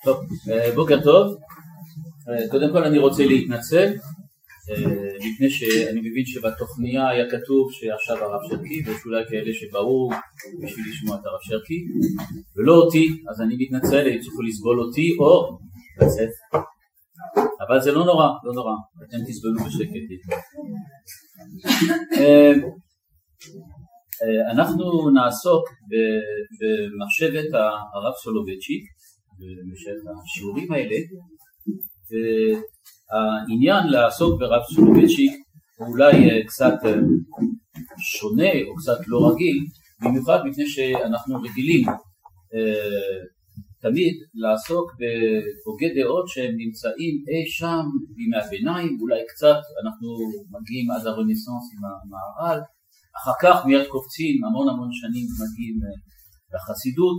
טוב, בוקר טוב. קודם כל אני רוצה להתנצל מפני שאני מבין שבתוכניה היה כתוב שעכשיו הרב שרקי, ויש אולי כאלה שבאו בשביל לשמוע את הרב שרקי ולא אותי, אז אני מתנצל, יצטרכו לסבול אותי או לצאת, אבל זה לא נורא, לא נורא, אתם תסבלו בשקט. אנחנו נעסוק במחשבת הרב סולובייצ'יק במשך השיעורים האלה, והעניין לעסוק ברב סולובייצ'יק הוא אולי קצת שונה או קצת לא רגיל, במיוחד מפני שאנחנו רגילים תמיד לעסוק בהוגי דעות שהם נמצאים אי שם בימי הביניים, אולי קצת אנחנו מגיעים עד הרנסנס עם המהר"ל, אחר כך מיד קופצים המון שנים מגיעים לחסידות,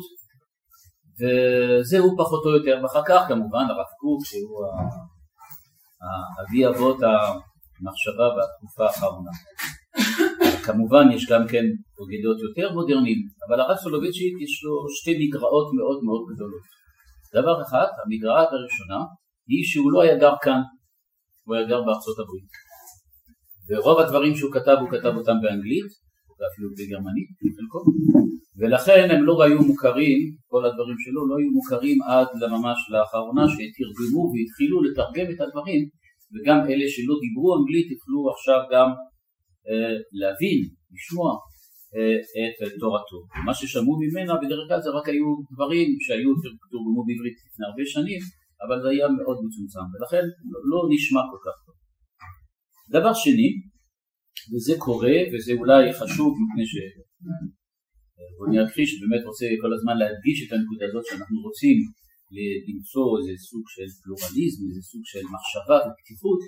וזהו פחות או יותר, ואחר כך כמובן הרב קוק שהוא אבי אבות המחשבה בתקופה האחרונה. כמובן יש גם כן הוגי דעות יותר מודרניים, אבל הרב סולובייצ'יק יש לו שתי מגרעות מאוד מאוד גדולות. דבר אחד, המגרעה הראשונה היא שהוא לא היה גר כאן, הוא היה גר בארצות הברית, ורוב הדברים שהוא כתב הוא כתב אותם באנגלית ואפילו בגרמנית בחלקו, ולכן הם לא היו מוכרים, כל הדברים שלו לא היו מוכרים עד לממש לאחרונה שתרגמו והתחילו לתרגם את הדברים, וגם אלה שלא דיברו אנגלית יכלו עכשיו גם להבין, לשמוע את תורתו. מה ששמעו ממנה בדרך כלל זה רק היו דברים שהיו תורגמו בעברית לפני הרבה שנים, אבל זה היה מאוד מצומצם, ולכן לא נשמע כל כך טוב. דבר שני, וזה קורה, וזה אולי חשוב מפני רוני ארכי שבאמת רוצה כל הזמן להדגיש את הנקודה הזאת שאנחנו רוצים למצוא איזה סוג של פלורליזם, איזה סוג של מחשבה ופתיחות,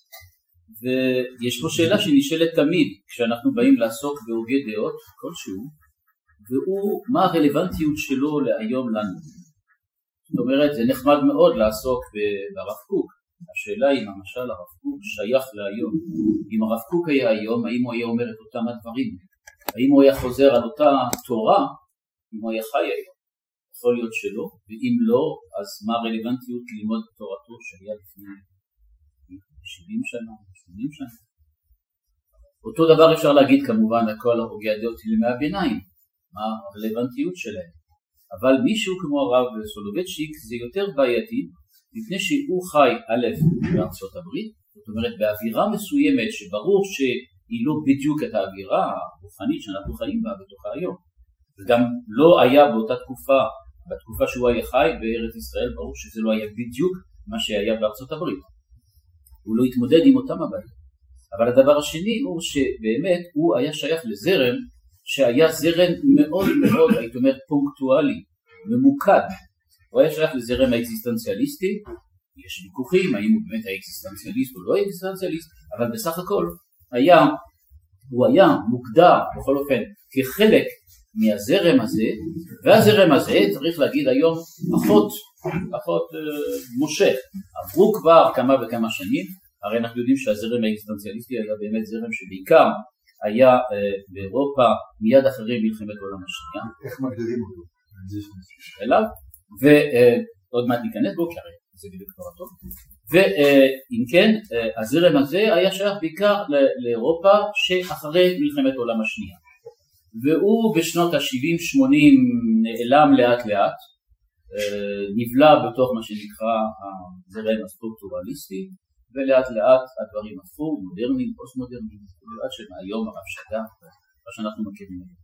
ויש פה שאלה שנשאלת תמיד כשאנחנו באים לעסוק בהוגי דעות כלשהו, והוא מה הרלוונטיות שלו להיום לנו. זאת אומרת, זה נחמד מאוד לעסוק ברב קוק, השאלה אם המשל הרב קוק שייך להיום. אם הרב קוק היה היום, האם הוא היה אומר את אותם הדברים? האם הוא היה חוזר על אותה תורה, אם הוא היה חי היום? יכול להיות שלא, ואם לא, אז מה הרלוונטיות ללמוד תורתו שהיה לפני 70 שנה, 80 שנה? אותו דבר אפשר להגיד כמובן על כל הוגי הדעות לימי הביניים, מה הרלוונטיות שלהם. אבל מישהו כמו הרב סולובייצ'יק זה יותר בעייתי, מפני שהוא חי א' בארצות הברית, זאת אומרת באווירה מסוימת שברור שהיא לא בדיוק את האווירה הרוחנית שאנחנו חיים בה בתוכה היום. וגם לא היה באותה תקופה, בתקופה שהוא היה חי בארץ ישראל, ברור שזה לא היה בדיוק מה שהיה בארצות הברית. הוא לא התמודד עם אותם הבעיות. אבל הדבר השני הוא שבאמת הוא היה שייך לזרם שהיה זרם מאוד מאוד, הייתי אומר, פונקטואלי, ממוקד. הוא היה שייך לזרם האקזיסטנציאליסטי, יש ויכוחים האם הוא באמת האקזיסטנציאליסט או לא האקזיסטנציאליסט, אבל בסך הכל הוא היה מוגדר בכל אופן כחלק מהזרם הזה, והזרם הזה צריך להגיד היום פחות מושך. עברו כבר כמה וכמה שנים, הרי אנחנו יודעים שהזרם האקזיסטנציאליסטי היה באמת זרם שבעיקר היה באירופה מיד אחרי מלחמת העולם השנייה. איך מגדירים אותו? אליו, ועוד מעט ניכנס בו, כי הרי זה בדיוק תורתו. ואם כן, הזרם הזה היה שייך בעיקר לאירופה שאחרי מלחמת העולם השנייה. והוא בשנות ה-70-80 נעלם לאט לאט, נבלע בתוך מה שנקרא הזרם הסטרוקטורליסטי, ולאט לאט הדברים הפכו מודרניים, פוסט-מודרניים, עד שמהיום הרב שגה, מה שאנחנו מכירים היום.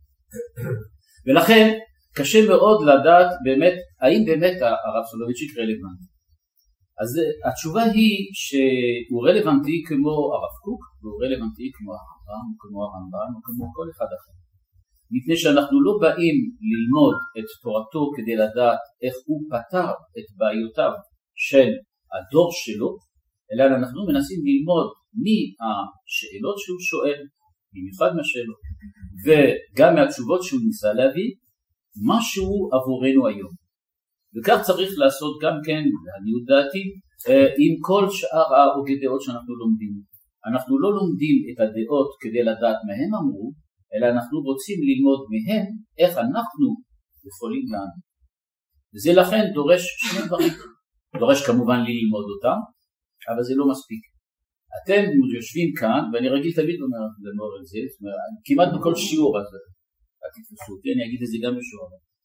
ולכן קשה מאוד לדעת באמת, האם באמת הרב סולובייצ'יק רלוונטי. אז התשובה היא שהוא רלוונטי כמו הרב קוק, והוא רלוונטי כמו הרמב"ם, כמו הרמב"ן, או כמו כל אחד אחר. מפני שאנחנו לא באים ללמוד את תורתו כדי לדעת איך הוא פתר את בעיותיו של הדור שלו, אלא אנחנו מנסים ללמוד מהשאלות שהוא שואל, במיוחד מהשאלות, וגם מהתשובות שהוא ניסה להביא, משהו עבורנו היום. וכך צריך לעשות גם כן, לעניות דעתי, עם כל שאר ההוגי דעות שאנחנו לומדים. אנחנו לא לומדים את הדעות כדי לדעת מה הם אמרו, אלא אנחנו רוצים ללמוד מהם איך אנחנו יכולים לענות. וזה לכן דורש שני דברים. דורש כמובן לי ללמוד אותם, אבל זה לא מספיק. אתם יושבים כאן, ואני רגיל תמיד לומר את זה, זאת אומרת, כמעט בכל שיעור, אז תתפסו אותי, אני אגיד את זה גם בשיעור.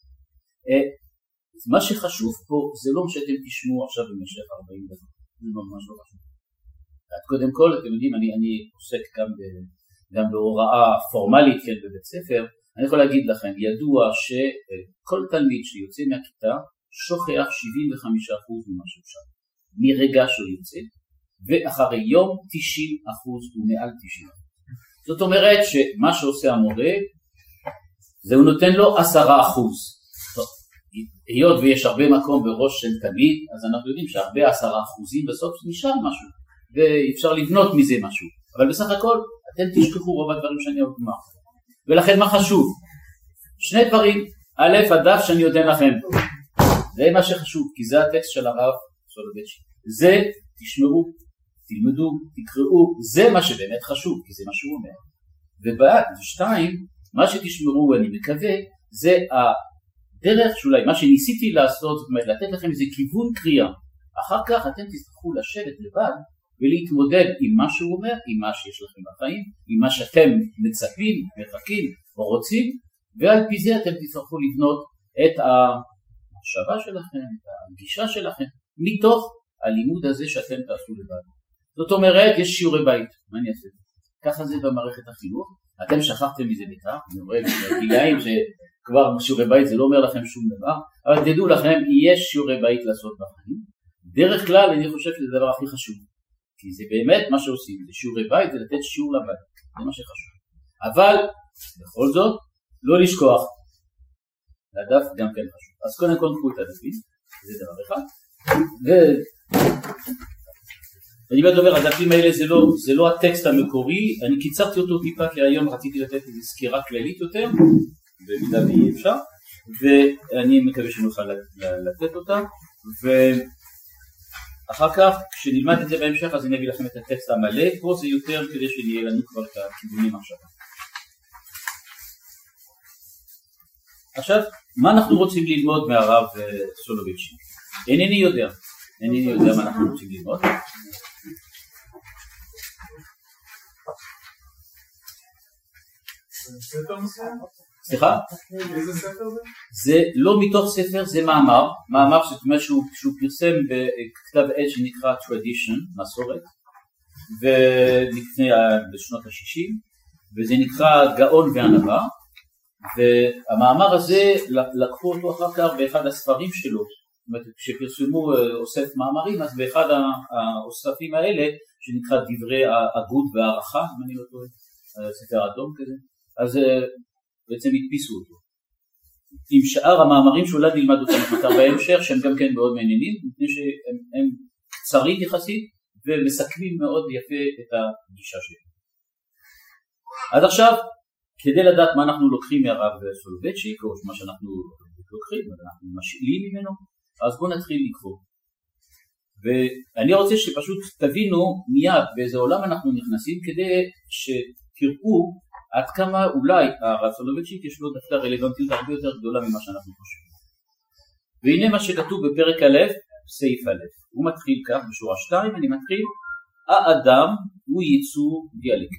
מה שחשוב פה, זה לא שאתם תשמעו עכשיו במשך 40 דקות, זה ממש לא חשוב. קודם כל, אתם יודעים, אני עוסק גם בהוראה פורמלית כן, בבית ספר, אני יכול להגיד לכם, ידוע שכל תלמיד שיוצא מהכיתה, שוכח 75% ממה שאפשר, מרגע שהוא יוצא, ואחרי יום 90% ומעל 90%. זאת אומרת שמה שעושה המורה, זה הוא נותן לו 10%. טוב, היות ויש הרבה מקום בראש של תלמיד, אז אנחנו יודעים שהרבה 10% בסוף נשאר משהו, ואפשר לבנות מזה משהו. אבל בסך הכל, אתם תשכחו רוב הדברים שאני אומר. ולכן מה חשוב? שני דברים. א', הדף שאני נותן לכם. זה מה שחשוב, כי זה הטקסט של הרב סולובייצ'יק. זה תשמעו, תלמדו, תקראו, זה מה שבאמת חשוב, כי זה מה שהוא אומר. ושתיים, מה שתשמעו, אני מקווה, זה הדרך שאולי, מה שניסיתי לעשות, זאת אומרת, לתת לכם איזה כיוון קריאה. אחר כך אתם תצטרכו לשבת לבד, ולהתמודד עם מה שהוא אומר, עם מה שיש לכם בחיים, עם מה שאתם מצפים, מחכים או רוצים, ועל פי זה אתם תצטרכו לבנות את המחשבה שלכם, את הגישה שלכם, מתוך הלימוד הזה שאתם תעשו לבד. זאת אומרת, יש שיעורי בית, מה אני אעשה? ככה זה במערכת החינוך, אתם שכחתם מזה בכך, אני רואה בגילאים שכבר שיעורי בית זה לא אומר לכם שום דבר, אבל תדעו לכם, יש שיעורי בית לעשות בחיים, דרך כלל אני חושב שזה הדבר הכי חשוב, כי זה באמת מה שעושים, זה שיעורי בית, זה לתת שיעור לבית, זה מה שחשוב. אבל, בכל זאת, לא לשכוח, לדף גם כן חשוב. אז קודם כל קחו את הדפים, זה דבר אחד, ואני באמת אומר, הדפים האלה זה לא הטקסט המקורי, אני קיצרתי אותו טיפה, כי היום רציתי לתת איזו סקירה כללית יותר, במידה ואי אפשר, ואני מקווה שנוכל לתת אותה, אחר כך, כשנלמד את זה בהמשך, אז אני אביא לכם את הטקסט המלא, פה זה יותר כדי שנהיה לנו כבר את הכיוונים עכשיו. עכשיו, מה אנחנו רוצים ללמוד מהרב סולובייצ'יק? אינני יודע מה אנחנו רוצים ללמוד. סליחה? איזה ספר זה? זה לא מתוך ספר, זה מאמר זאת אומרת שהוא פרסם בכתב עת שנקרא Tradition, מסורת, בשנות ה-60, וזה נקרא גאון וענווה, והמאמר הזה לקחו אותו אחר כך באחד הספרים שלו, זאת אומרת כשפרסמו אוסף מאמרים, אז באחד האוספים האלה שנקרא דברי הגות והערכה, אם אני לא טועה, ספר אדום כזה, אז בעצם הדפיסו אותו. עם שאר המאמרים שאולי נלמד אותם יותר בהמשך, שהם גם כן מאוד מעניינים, מפני שהם קצרים יחסית, ומסכמים מאוד יפה את הגישה שלהם. אז עכשיו, כדי לדעת מה אנחנו לוקחים מהרב סולובייצ'יק, או מה שאנחנו לוקחים, אנחנו משאילים ממנו, אז בואו נתחיל לקרוא. ואני רוצה שפשוט תבינו מיד באיזה עולם אנחנו נכנסים, כדי שתראו עד כמה אולי הרב סולובייצ'יק יש לו דווקא רלוונטיות הרבה יותר גדולה ממה שאנחנו חושבים. והנה מה שכתוב בפרק א', סעיף א', הוא מתחיל כך בשורה 2, אני מתחיל, האדם הוא ייצור דיאלקטי.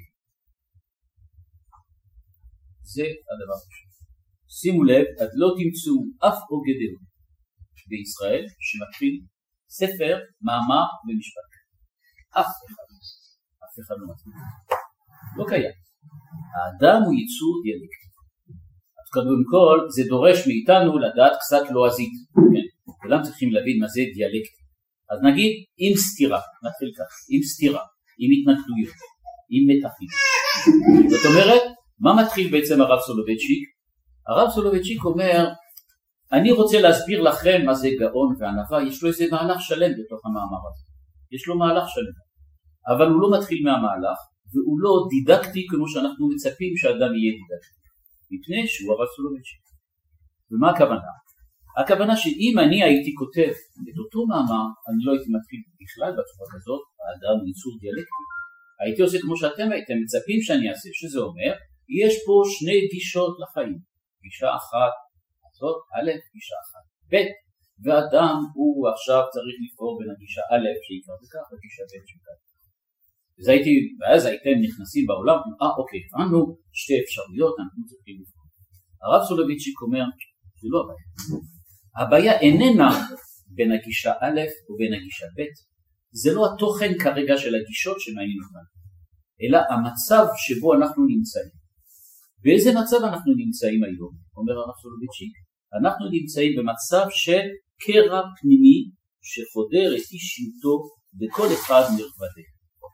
זה הדבר פשוט. שימו לב, עד לא תמצאו אף אוגדהו בישראל שמתחיל ספר, מאמר ומשפט. אף אחד לא מתחיל. לא קיים. האדם הוא ייצור דיאלקטי. אז קודם כל, זה דורש מאיתנו לדעת קצת לועזית. כן? כולם צריכים להבין מה זה דיאלקטי. אז נגיד, עם סתירה, נתחיל כך, עם סתירה, עם התנגדויות, עם מתחים. זאת אומרת, מה מתחיל בעצם הרב סולובייצ'יק? הרב סולובייצ'יק אומר, אני רוצה להסביר לכם מה זה גאון וענווה, יש לו איזה מהלך שלם בתוך המאמר הזה. יש לו מהלך שלם. אבל הוא לא מתחיל מהמהלך, והוא לא דידקטי כמו שאנחנו מצפים שאדם יהיה דידקטי. מפני שהוא הרב סולובייצ'יק. ומה הכוונה? הכוונה שאם אני הייתי כותב את אותו מאמר, אני לא הייתי מתחיל בכלל בצורה הזאת, האדם הוא ייצור דיאלקטי. הייתי עושה כמו שאתם הייתם מצפים שאני אעשה, שזה אומר, יש פה שני גישות לחיים. גישה אחת, זאת א', גישה אחת. ב', ואדם הוא עכשיו צריך לבחור בין הגישה א' שעיקר בכך וגישה ב' שעיקר. ואז הייתם נכנסים בעולם, אוקיי, הבנו שתי אפשרויות, אנחנו צריכים לבחור. הרב סולובייצ'יק אומר, זה לא הבעיה. הבעיה איננה בין הגישה א' ובין הגישה ב', זה לא התוכן כרגע של הגישות שמעניין אותנו, אלא המצב שבו אנחנו נמצאים. באיזה מצב אנחנו נמצאים היום? אומר הרב סולובייצ'יק, אנחנו נמצאים במצב של קרע פנימי שחודר את אישיותו בכל אחד מרבדיה.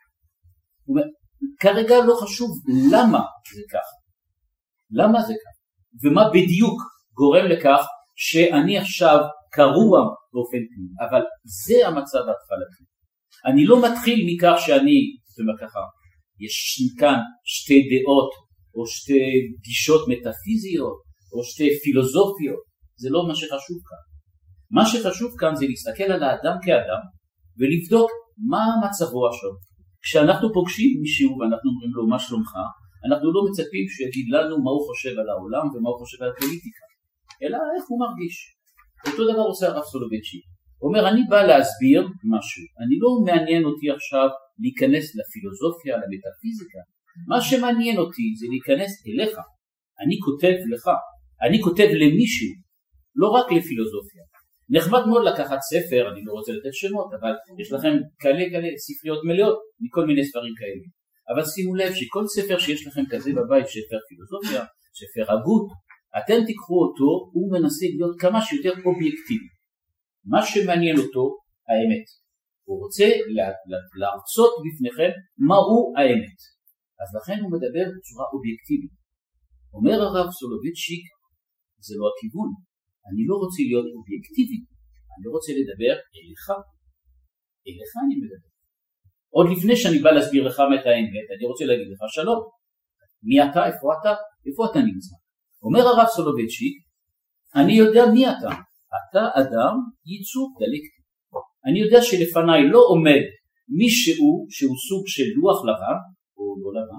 כרגע לא חשוב למה זה כך, למה זה כך, ומה בדיוק גורם לכך שאני עכשיו קרוע באופן פנימי, אבל זה המצב ההתחלתי. אני לא מתחיל מכך שאני, זאת אומרת ככה, יש כאן שתי דעות, או שתי גישות מטאפיזיות, או שתי פילוסופיות, זה לא מה שחשוב כאן. מה שחשוב כאן זה להסתכל על האדם כאדם, ולבדוק מה מצבו עכשיו. כשאנחנו פוגשים מישהו ואנחנו אומרים לו מה שלומך, אנחנו לא מצפים שיגיד לנו מה הוא חושב על העולם ומה הוא חושב על הפוליטיקה, אלא איך הוא מרגיש. אותו דבר עושה הרב סולובייצ'יק. הוא אומר, אני בא להסביר משהו, אני לא מעניין אותי עכשיו להיכנס לפילוסופיה, למטאפיזיקה, מה שמעניין אותי זה להיכנס אליך, אני כותב לך, אני כותב למישהו, לא רק לפילוסופיה. נחמד מאוד לקחת ספר, אני לא רוצה לתת שמות, אבל יש לכם כאלה ספריות מלאות מכל מיני ספרים כאלה. אבל שימו לב שכל ספר שיש לכם כזה בבית, ספר פילוסופיה, ספר הגות, אתם תיקחו אותו, הוא מנסה להיות כמה שיותר אובייקטיבי. מה שמעניין אותו, האמת. הוא רוצה להרצות בפניכם מהו האמת. אז לכן הוא מדבר בצורה אובייקטיבית. אומר הרב סולובייצ'יק, זה לא הכיוון. אני לא רוצה להיות אובייקטיבי. אני רוצה לדבר אליך. אליך אני מדבר. עוד לפני שאני בא להסביר לך את האמת, אני רוצה להגיד לך שלום. מי אתה? איפה אתה נמצא? אומר הרב סולובייצ'יק, אני יודע מי אתה. אתה אדם ייצור דלקטי. אני יודע שלפניי לא עומד מישהו שהוא סוג של לוח לבן, או לא לבן,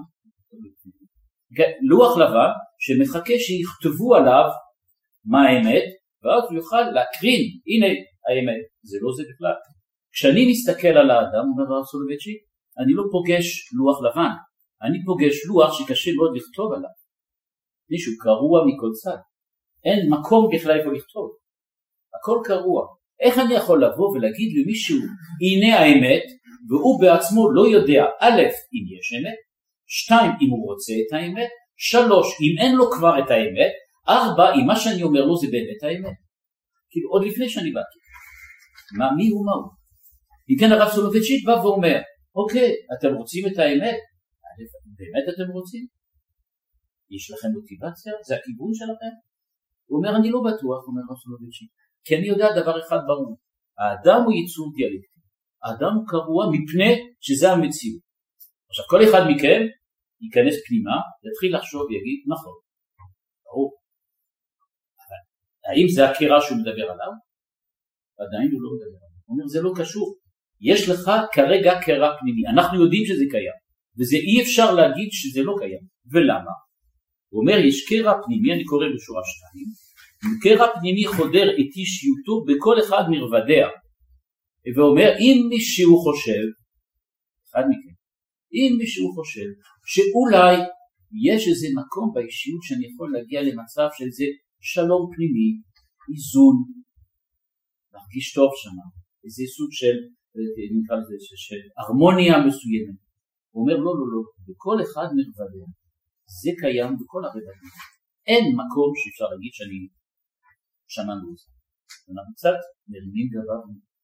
לוח לבן שמחכה שיכתבו עליו מה האמת, ואז הוא יוכל להקרין, הנה האמת, זה לא זה בכלל. כשאני מסתכל על האדם, אומר הרב סולובייצ'יק, אני לא פוגש לוח לבן, אני פוגש לוח שקשה מאוד לכתוב עליו. מישהו קרוע מכל צד, אין מקום בכלל איפה לכתוב, הכל קרוע. איך אני יכול לבוא ולהגיד למישהו, הנה האמת, והוא בעצמו לא יודע, א', אם יש אמת, 2, אם הוא רוצה את האמת, 3, אם אין לו כבר את האמת, 4, אם מה שאני אומר לו זה באמת האמת. כאילו עוד לפני שאני באתי. מי הוא מהו? אם כן הרב סולובייצ'יק בא ואומר, אוקיי, אתם רוצים את האמת? באמת אתם רוצים? יש לכם מוטיבציה? זה הכיוון שלכם? הוא אומר, אני לא בטוח, אומר הרב סולובייצ'יק, כי אני יודע דבר אחד ברור, האדם הוא ייצור דיאלקטי, האדם הוא קרוע מפני שזה המציאות. עכשיו כל אחד מכם ייכנס פנימה, יתחיל לחשוב ויגיד, נכון, ברור. אבל האם זה הקרע שהוא מדבר עליו? עדיין הוא לא מדבר עליו. הוא אומר, זה לא קשור. יש לך כרגע קרע פנימי. אנחנו יודעים שזה קיים, וזה אי אפשר להגיד שזה לא קיים. ולמה? הוא אומר, יש קרע פנימי, אני קורא בשורה 2, קרע פנימי חודר את אישיותו בכל אחד מרבדיה. ואומר, אם מישהו חושב, אחד מכם, אם מישהו חושב שאולי יש איזה מקום באישיות שאני יכול להגיע למצב של זה שלום פנימי, איזון, להרגיש טוב שם, איזה סוג של, נקרא לזה, של הרמוניה מסוימת. הוא אומר, לא, לא, לא, בכל אחד מרבדיה, זה קיים בכל הרבדים. אין מקום שאפשר להגיד שאני שמענו את זה. אנחנו קצת מרימים גבה.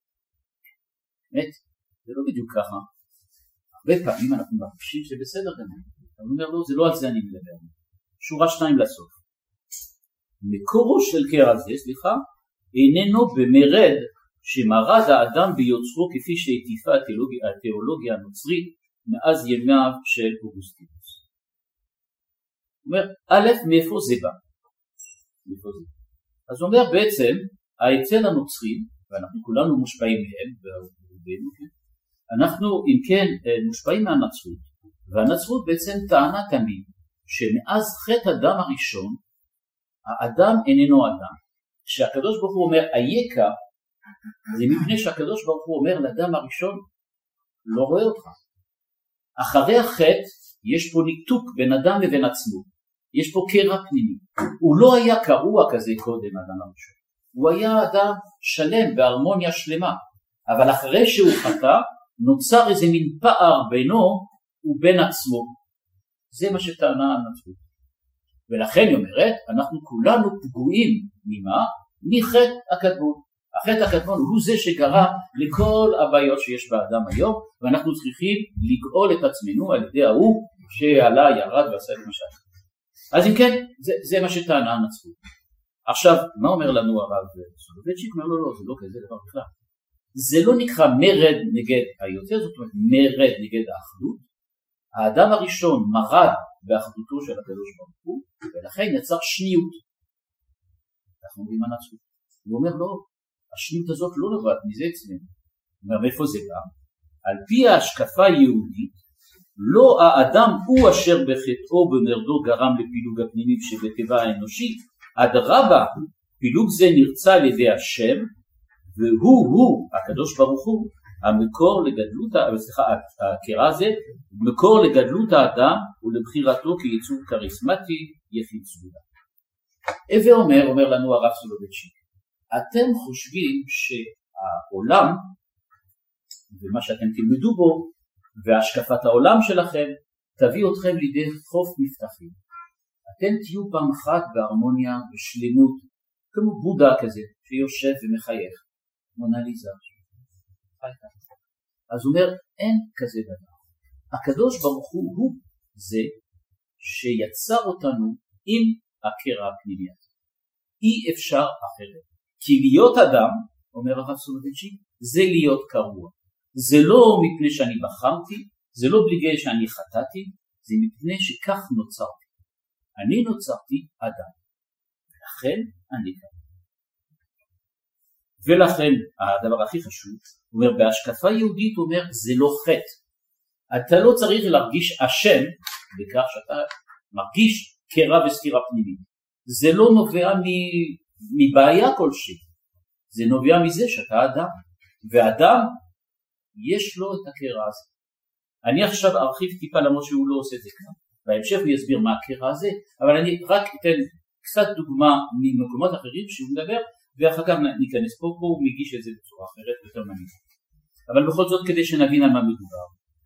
באמת, זה לא בדיוק ככה. הרבה פעמים אנחנו מרגישים שבסדר גם. אני אומר לו, זה לא על זה אני מדבר. שורה 2 לסוף. מקורו של קרע זה, איננו במרד שמרד האדם ביוצרו כפי שהטיפה התיאולוגיה הנוצרית מאז ימיו של אוגוסטינוס. הוא אומר, א', מאיפה זה בא? אז הוא אומר בעצם, אצל הנוצרים, ואנחנו כולנו מושפעים מהם, אנחנו אם כן מושפעים מהנצרות, והנצרות בעצם טענה תמיד שמאז חטא אדם הראשון האדם איננו אדם. כשהקדוש ברוך הוא אומר אייכה, זה מפני שהקדוש ברוך הוא אומר לאדם הראשון, לא רואה אותך. אחרי החטא יש פה ניתוק בין אדם לבין עצמו, יש פה קרע פנימי. הוא לא היה קרוע כזה קודם, האדם הראשון. הוא היה אדם שלם, בהרמוניה שלמה. אבל אחרי שהוא חטא, נוצר איזה מין פער בינו ובין עצמו. זה מה שטענה הנצרות. ולכן היא אומרת, אנחנו כולנו פגועים ממה? מחטא הקדמון. החטא הקדמון הוא זה שגרם לכל הבעיות שיש באדם היום, ואנחנו צריכים לגאול את עצמנו על ידי ההוא שעלה, ירד ועשה את משהו. אז אם כן, זה מה שטענה הנצרות. עכשיו, מה אומר לנו הרב סולובייצ'יק? אומר לו, לא, זה לא כזה דבר בכלל. זה לא נקרא מרד נגד היותר, זאת אומרת מרד נגד האחדות. האדם הראשון מרד באחדותו של הקדוש ברוך הוא, ולכן יצר שניות. אנחנו אומרים הנצרות. הוא אומר לא, השניות הזאת לא נובעת מזה אצלנו. הוא אומר מאיפה זה גם? על פי ההשקפה היהודית, לא האדם הוא אשר בחטאו במרדו גרם לפילוג הפנימי שבטבע האנושי, אדרבה, פילוג זה נרצה על ידי השם, והוא, הקדוש ברוך הוא, המקור לגדלות, הקרע הזה, מקור לגדלות האדם ולבחירתו כיצור כריסמטי יחיד סגולה. הווה אומר לנו הרב סולובייצ'יק, אתם חושבים שהעולם, ומה שאתם תלמדו בו, והשקפת העולם שלכם, תביא אתכם לידי חוף מבטחים. אתם תהיו פעם אחת בהרמוניה ושלמות, כמו בודה כזה, שיושב ומחייך, מונליזה. אז הוא אומר, אין כזה דבר. הקדוש ברוך הוא זה שיצר אותנו עם הקרע הפנימי. אי אפשר אחרת. כי להיות אדם, אומר הרב סולובייצ'יק, זה להיות קרוע. זה לא מפני שאני בחרתי, זה לא בגלל שאני חטאתי, זה מפני שכך נוצרתי. אני נוצרתי אדם. ולכן אני כאן. ולכן הדבר הכי חשוב, הוא אומר, בהשקפה יהודית הוא אומר, זה לא חטא. אתה לא צריך להרגיש אשם בכך שאתה מרגיש קרע וסתירה פנימית. זה לא נובע מבעיה כלשהי. זה נובע מזה שאתה אדם. ואדם, יש לו את הקרע הזה. אני עכשיו ארחיב טיפה למרות שהוא לא עושה את זה כאן. בהמשך הוא יסביר מה הקרע הזה, אבל אני רק אתן קצת דוגמה ממקומות אחרים שהוא מדבר, ואחר כך ניכנס פה, הוא מגיש את זה בצורה אחרת יותר מעניינת. אבל בכל זאת כדי שנבין על מה מדובר.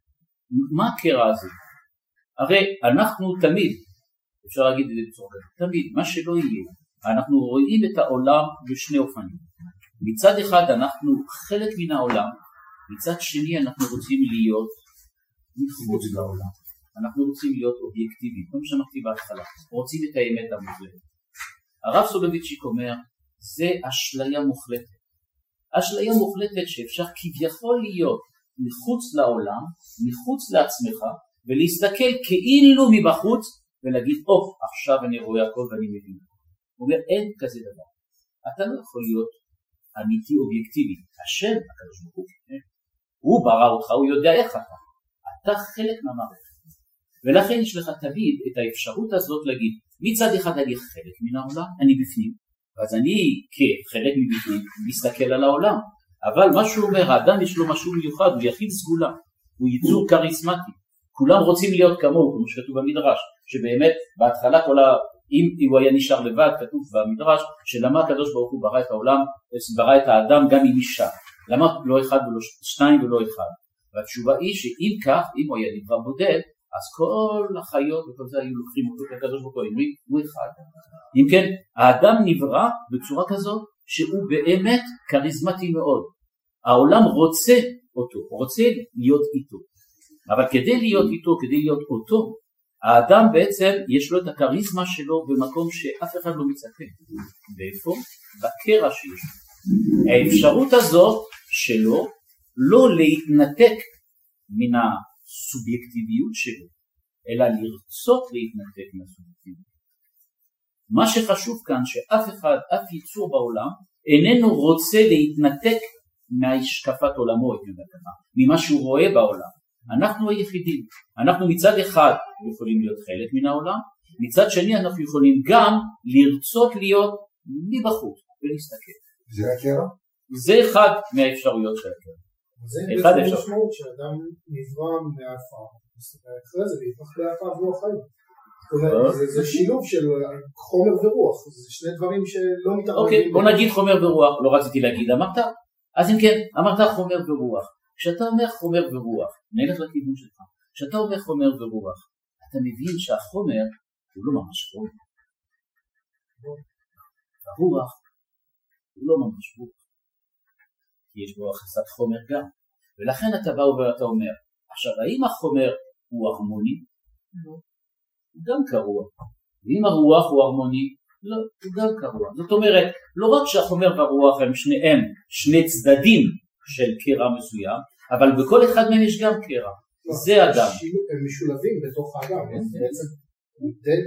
מה הקרע הזה? הרי אנחנו תמיד, אפשר להגיד את זה בצורה כזאת, תמיד, מה שלא יהיה, אנחנו רואים את העולם בשני אופנים. מצד אחד אנחנו חלק מן העולם, מצד שני אנחנו רוצים להיות מחוץ לעולם. אנחנו רוצים להיות אובייקטיביים, כמו שאמרתי בהתחלה, רוצים את האמת המוחלטת. הרב סולובייצ'יק אומר, זה אשליה מוחלטת. אשליה מוחלטת שאפשר כביכול להיות מחוץ לעולם, מחוץ לעצמך, ולהסתכל כאילו מבחוץ, ולהגיד, עכשיו אני רואה הכל ואני מבין. הוא אומר, אין כזה דבר. אתה לא יכול להיות אמיתי אובייקטיבי. השם, הקדוש ברוך הוא, הוא ברא אותך, הוא יודע איך אתה. אתה חלק מהמערכת. ולכן יש לך תמיד את האפשרות הזאת להגיד, מצד אחד אני חלק מן העולם, אני בפנים, אז אני כחלק מבפנים מסתכל על העולם. אבל מה שהוא אומר, האדם יש לו משהו מיוחד, הוא יחיד סגולה, הוא יצור כריסמטי. כולם רוצים להיות כמוהו, כמו שכתוב במדרש, שבאמת בהתחלה אם הוא היה נשאר לבד, כתוב במדרש, שלמה הקדוש ברוך הוא ברא את העולם, ברא את האדם גם עם אישה. למה לא אחד ולא שניים ולא אחד? והתשובה היא שאם כך, אם הוא היה נברא בודד, אז כל החיות וכל זה היו לוקחים אותו כקדוש ברוך הוא, אומרים, הוא אחד. אם כן, האדם נברא בצורה כזאת, שהוא באמת כריזמטי מאוד. העולם רוצה אותו, רוצה להיות איתו. אבל כדי להיות איתו, כדי להיות אותו, האדם בעצם יש לו את הכריזמה שלו במקום שאף אחד לא מצפה. ואיפה? בקרע שיש לו. האפשרות הזאת שלו לא להתנתק מן הסובייקטיביות שלו, אלא לרצות להתנתק מהסובייקטיביות. מה שחשוב כאן שאף אחד, אף יצור בעולם, איננו רוצה להתנתק מהשקפת עולמו, ממה שהוא רואה בעולם. אנחנו היחידים. אנחנו מצד אחד יכולים להיות חלק מן העולם, מצד שני אנחנו יכולים גם לרצות להיות מבחוץ ולהסתכל. זה הקרע? זה אחד מהאפשרויות של הקרע. זה בעצם משמעות שאדם נברא מהעפר, אחרי זה נהפך לעפר והוא החיים. זה שילוב של חומר ורוח, זה שני דברים שלא מתערבים. אוקיי, בוא נגיד חומר ורוח, לא רציתי להגיד, אמרת? אז אם כן, אמרת חומר ורוח. כשאתה אומר חומר ורוח, נלך לכיוון שלך, כשאתה אומר חומר ורוח, אתה מבין שהחומר הוא לא ממש חומר. הרוח הוא לא ממש רוח. כי יש בו הכנסת חומר גם. ולכן אתה בא ואתה אומר, עכשיו האם החומר הוא הרמוני? לא. הוא גם קרוע. ואם הרוח הוא הרמוני? לא, הוא גם קרוע. זאת אומרת, לא רק שהחומר והרוח הם שניהם שני צדדים של קרע מסוים, אבל בכל אחד מהם יש גם קרע. זה אדם. הם משולבים בתוך האדם. בעצם מודל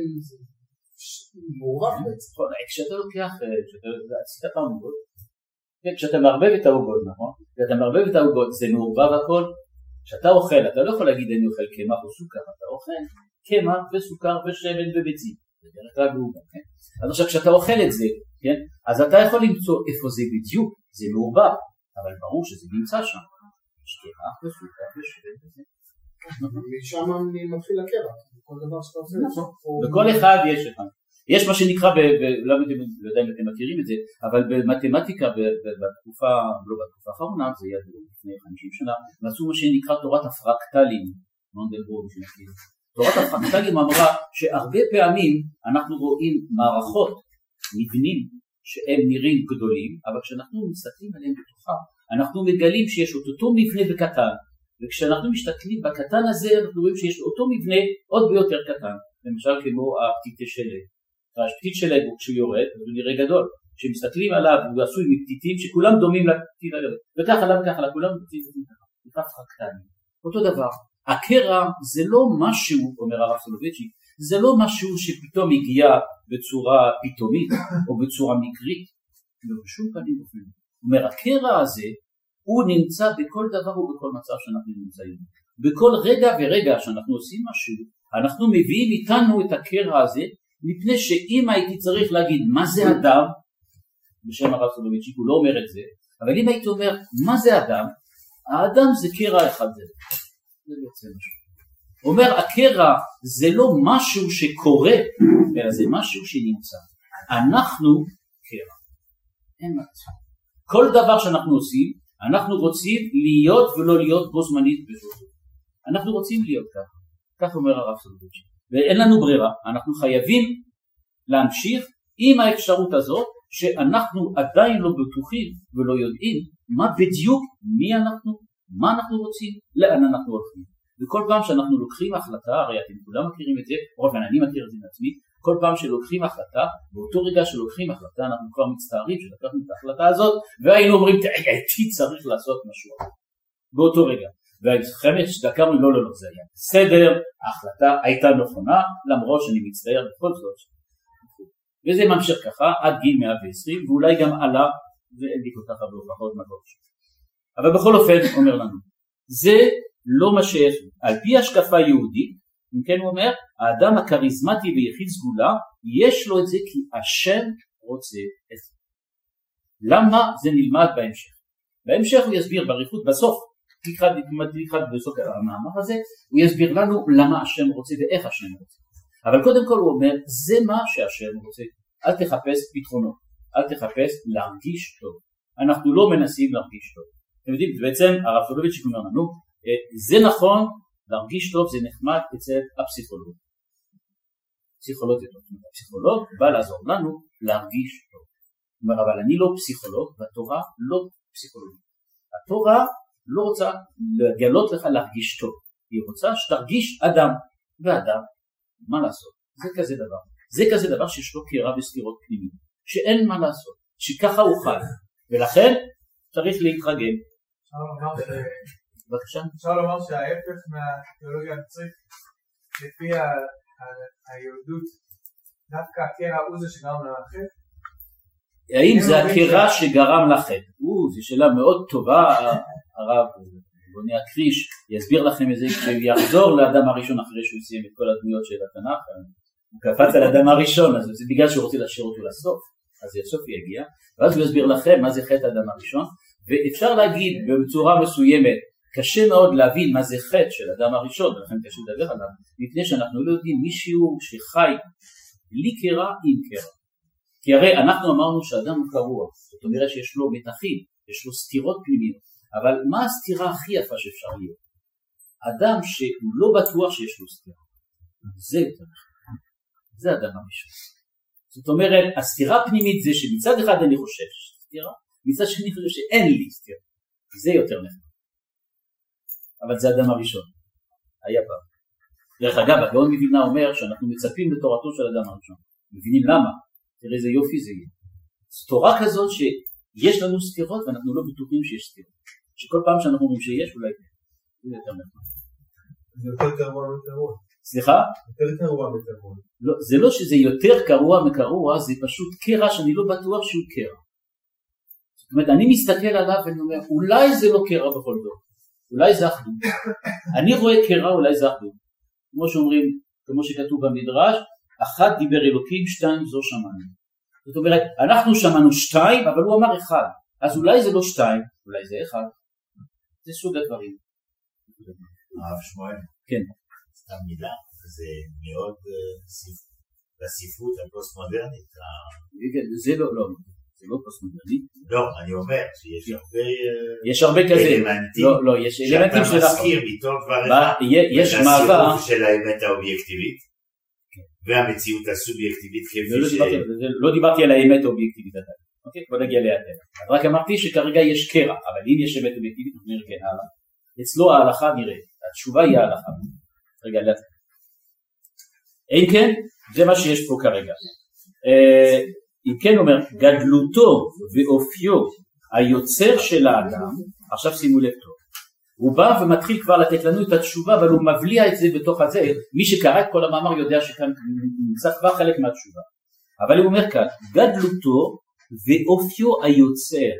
מעורב בעצם. כשאתה לוקח, עשית פעם עוגות, כשאתה מערבב את העוגות, נכון? כשאתה מערבב את העוגות זה מעורבב הכל. כשאתה אוכל, אתה לא יכול להגיד אני אוכל קמח או סוכר, אתה אוכל קמח וסוכר ושמן וביצים. זה דרך כלל מעורבב, כן? אז עכשיו כשאתה אוכל את זה, כן? אז אתה יכול למצוא איפה זה בדיוק, זה מעורבב, אבל ברור שזה נמצא שם. יש קמח וסוכר ושמן וזה. משם מתחיל הקרע, כל דבר שאתה עושה. בכל אחד יש אחד. יש מה שנקרא, לא יודע אם אתם מכירים את זה, אבל במתמטיקה בתקופה, לא בתקופה האחרונה, זה היה לפני 50 שנה, מצאו מה שנקרא תורת הפרקטלים, מונדלבורג שמכיר. תורת הפרקטלים אמרה שהרבה פעמים אנחנו רואים מערכות, מבנים, שהם נראים גדולים, אבל כשאנחנו מסתכלים עליהם בתוכה, אנחנו מגלים שיש אותו מבנה בקטן, וכשאנחנו מסתכלים בקטן הזה, אנחנו רואים שיש אותו מבנה עוד ביותר קטן, למשל כמו הפתיתי שלג. הפתית שלג כשהוא יורד, הוא נראה גדול. כשמסתכלים עליו, הוא עשוי מפתיתים שכולם דומים לפתית הגדול. וכך עליו וכך עליו, כולם פתיתים ככה. זה כך פרקטלי. אותו דבר, הקרע זה לא משהו, אומר הרב סולובייצ'יק, זה לא משהו שפתאום הגיע בצורה פתאומית או בצורה מקרית. לא בשום פנים אופן. הוא אומר, הקרע הזה הוא נמצא בכל דבר ובכל מצב שאנחנו נמצאים. בכל רגע ורגע שאנחנו עושים משהו, אנחנו מביאים איתנו את הקרע הזה, מפני שאם הייתי צריך להגיד מה זה אדם, בשם הרב סולובייצ'יק הוא לא אומר את זה, אבל אם הייתי אומר מה זה אדם, האדם זה קרע אחד זה. זה בעצם משהו. הוא אומר הקרע זה לא משהו שקורה, אלא זה משהו שנמצא. אנחנו קרע. אין מצב. כל דבר שאנחנו עושים, אנחנו רוצים להיות ולא להיות בו זמנית בזאת. אנחנו רוצים להיות כך. כך אומר הרב סולובייצ'יק. ואין לנו ברירה, אנחנו חייבים להמשיך עם האפשרות הזאת שאנחנו עדיין לא בטוחים ולא יודעים מה בדיוק, מי אנחנו, מה אנחנו רוצים, לאן אנחנו הולכים. וכל פעם שאנחנו לוקחים החלטה, הרי אתם כולם מכירים את זה, רובן אני מכיר את זה מעצמי, כל פעם שלוקחים החלטה, באותו רגע שלוקחים החלטה אנחנו כבר מצטערים שלקחנו את ההחלטה הזאת, והיינו אומרים, הייתי צריך לעשות משהו באותו רגע. והחמש דקרנו לא, זה היה בסדר, ההחלטה הייתה נכונה, למרות שאני מצטער בכל זאת. וזה ממשיך ככה עד גיל 120, ואולי גם עלה, ואין לי כל כך הרבה הוכחות מקום. אבל בכל אופן אומר לנו, זה לא מה שיש, על פי השקפה יהודית, אם כן הוא אומר, האדם הכריזמטי ויחיד סגולה, יש לו את זה כי השם רוצה את זה. למה זה נלמד בהמשך? בהמשך הוא יסביר בריחות בסוף, תקחת בסוף המאמר הזה, הוא יסביר לנו למה השם רוצה ואיך השם רוצה. אבל קודם כל הוא אומר, זה מה שהשם רוצה. אל תחפש פתרונות, אל תחפש להרגיש טוב. אנחנו לא מנסים להרגיש טוב. אתם יודעים, בעצם הרב סולובייצ'יק אומר לנו, זה נכון, להרגיש טוב זה נחמד אצל הפסיכולוג. פסיכולוג זה טוב. הפסיכולוג בא לעזור לנו להרגיש טוב. הוא אומר, אבל אני לא פסיכולוג, והתורה לא פסיכולוג. התורה לא רוצה לגלות לך להרגיש טוב. היא רוצה שתרגיש אדם. ואדם, מה לעשות? זה כזה דבר. זה כזה דבר שיש לו קרע וסתירות פנימיות. שאין מה לעשות. שככה הוא חי. ולכן צריך להתרגל. בבקשה. אפשר לומר שההפך מהתיאולוגיה הנוצרית, לפי היהדות, דווקא הקרע הוא זה שגרם לחטא? האם זה הקרע שגרם לחטא? זו שאלה מאוד טובה, הרב בוני הקריש יסביר לכם את זה כשיחזור לאדם הראשון אחרי שהוא סיים את כל הדמויות של התנ"ך, הוא קפץ על האדם הראשון, אז זה בגלל שהוא רוצה להשאיר אותו לסוף, אז בסוף יגיע, ואז הוא יסביר לכם מה זה חטא האדם הראשון, ואפשר להגיד בצורה מסוימת, קשה מאוד להבין מה זה חטא של האדם הראשון, ולכן קשה לדבר עליו, מפני שאנחנו לא יודעים מישהו שחי בלי קרע עם קרע. כי הרי אנחנו אמרנו שאדם הוא קרוע, זאת אומרת שיש לו מתחים, יש לו סתירות פנימיות, אבל מה הסתירה הכי יפה שאפשר להיות? אדם שהוא לא בטוח שיש לו סתירה, זה יותר נכון, זה האדם הראשון. זאת אומרת, הסתירה הפנימית זה שמצד אחד אני חושב שיש סתירה, מצד שני אני חושב שאין לי סתירה, זה יותר נכון. אבל זה האדם הראשון, היה פעם. דרך אגב, הגאון מווילנה אומר שאנחנו מצפים לתורתו של האדם הראשון. מבינים למה? תראה איזה יופי זה יהיה. זו תורה כזאת שיש לנו סתירות ואנחנו לא בטוחים שיש סתירות. שכל פעם שאנחנו אומרים שיש אולי זה יותר נכון. זה יותר קרוע מקרוע. סליחה? יותר קרוע מקרוע. לא, זה לא שזה יותר קרוע מקרוע, זה פשוט קרע שאני לא בטוח שהוא קרע. זאת אומרת, אני מסתכל עליו ואני אומר, אולי זה לא קרע בכל זאת. אולי זה אחדות. אני רואה קרע, אולי זה אחדות. כמו שאומרים, כמו שכתוב במדרש, אחד דיבר אלוקים, שתיים זו שמענו. זאת אומרת, אנחנו שמענו שתיים, אבל הוא אמר אחד. אז אולי זה לא שתיים, אולי זה אחד. זה סוג הדברים. הרב שמואל. כן. סתם מילה, זה מאוד לספרות הפוסט-מודרנית. זה לא, זה לא פוסט-מודרנית. לא, אני אומר שיש הרבה... יש הרבה כזה. אלמנטים. לא, יש אלמנטים שאתה מזכיר מתוך דבריך. יש מעבר. הסירוב של האמת האובייקטיבית. והמציאות הסובייקטיבית כפי ש... לא דיברתי על האמת האובייקטיבית עדיין. אוקיי? בוא נגיע ליותר. רק אמרתי שכרגע יש קרע, אבל אם יש אמת אובייקטיבית, נראה כן הלאה. אצלו ההלכה נראה. התשובה היא ההלכה. רגע, לאט. אם כן, זה מה שיש פה כרגע. אם כן אומר, גדלותו ואופיו היוצר של האדם, עכשיו שימו לב טוב, הוא בא ומתחיל כבר לתת לנו את התשובה, אבל הוא מבליע את זה בתוך הזה, מי שקרא את כל המאמר יודע שכאן נמצא כבר חלק מהתשובה, אבל הוא אומר כאן, גדלותו ואופיו היוצר,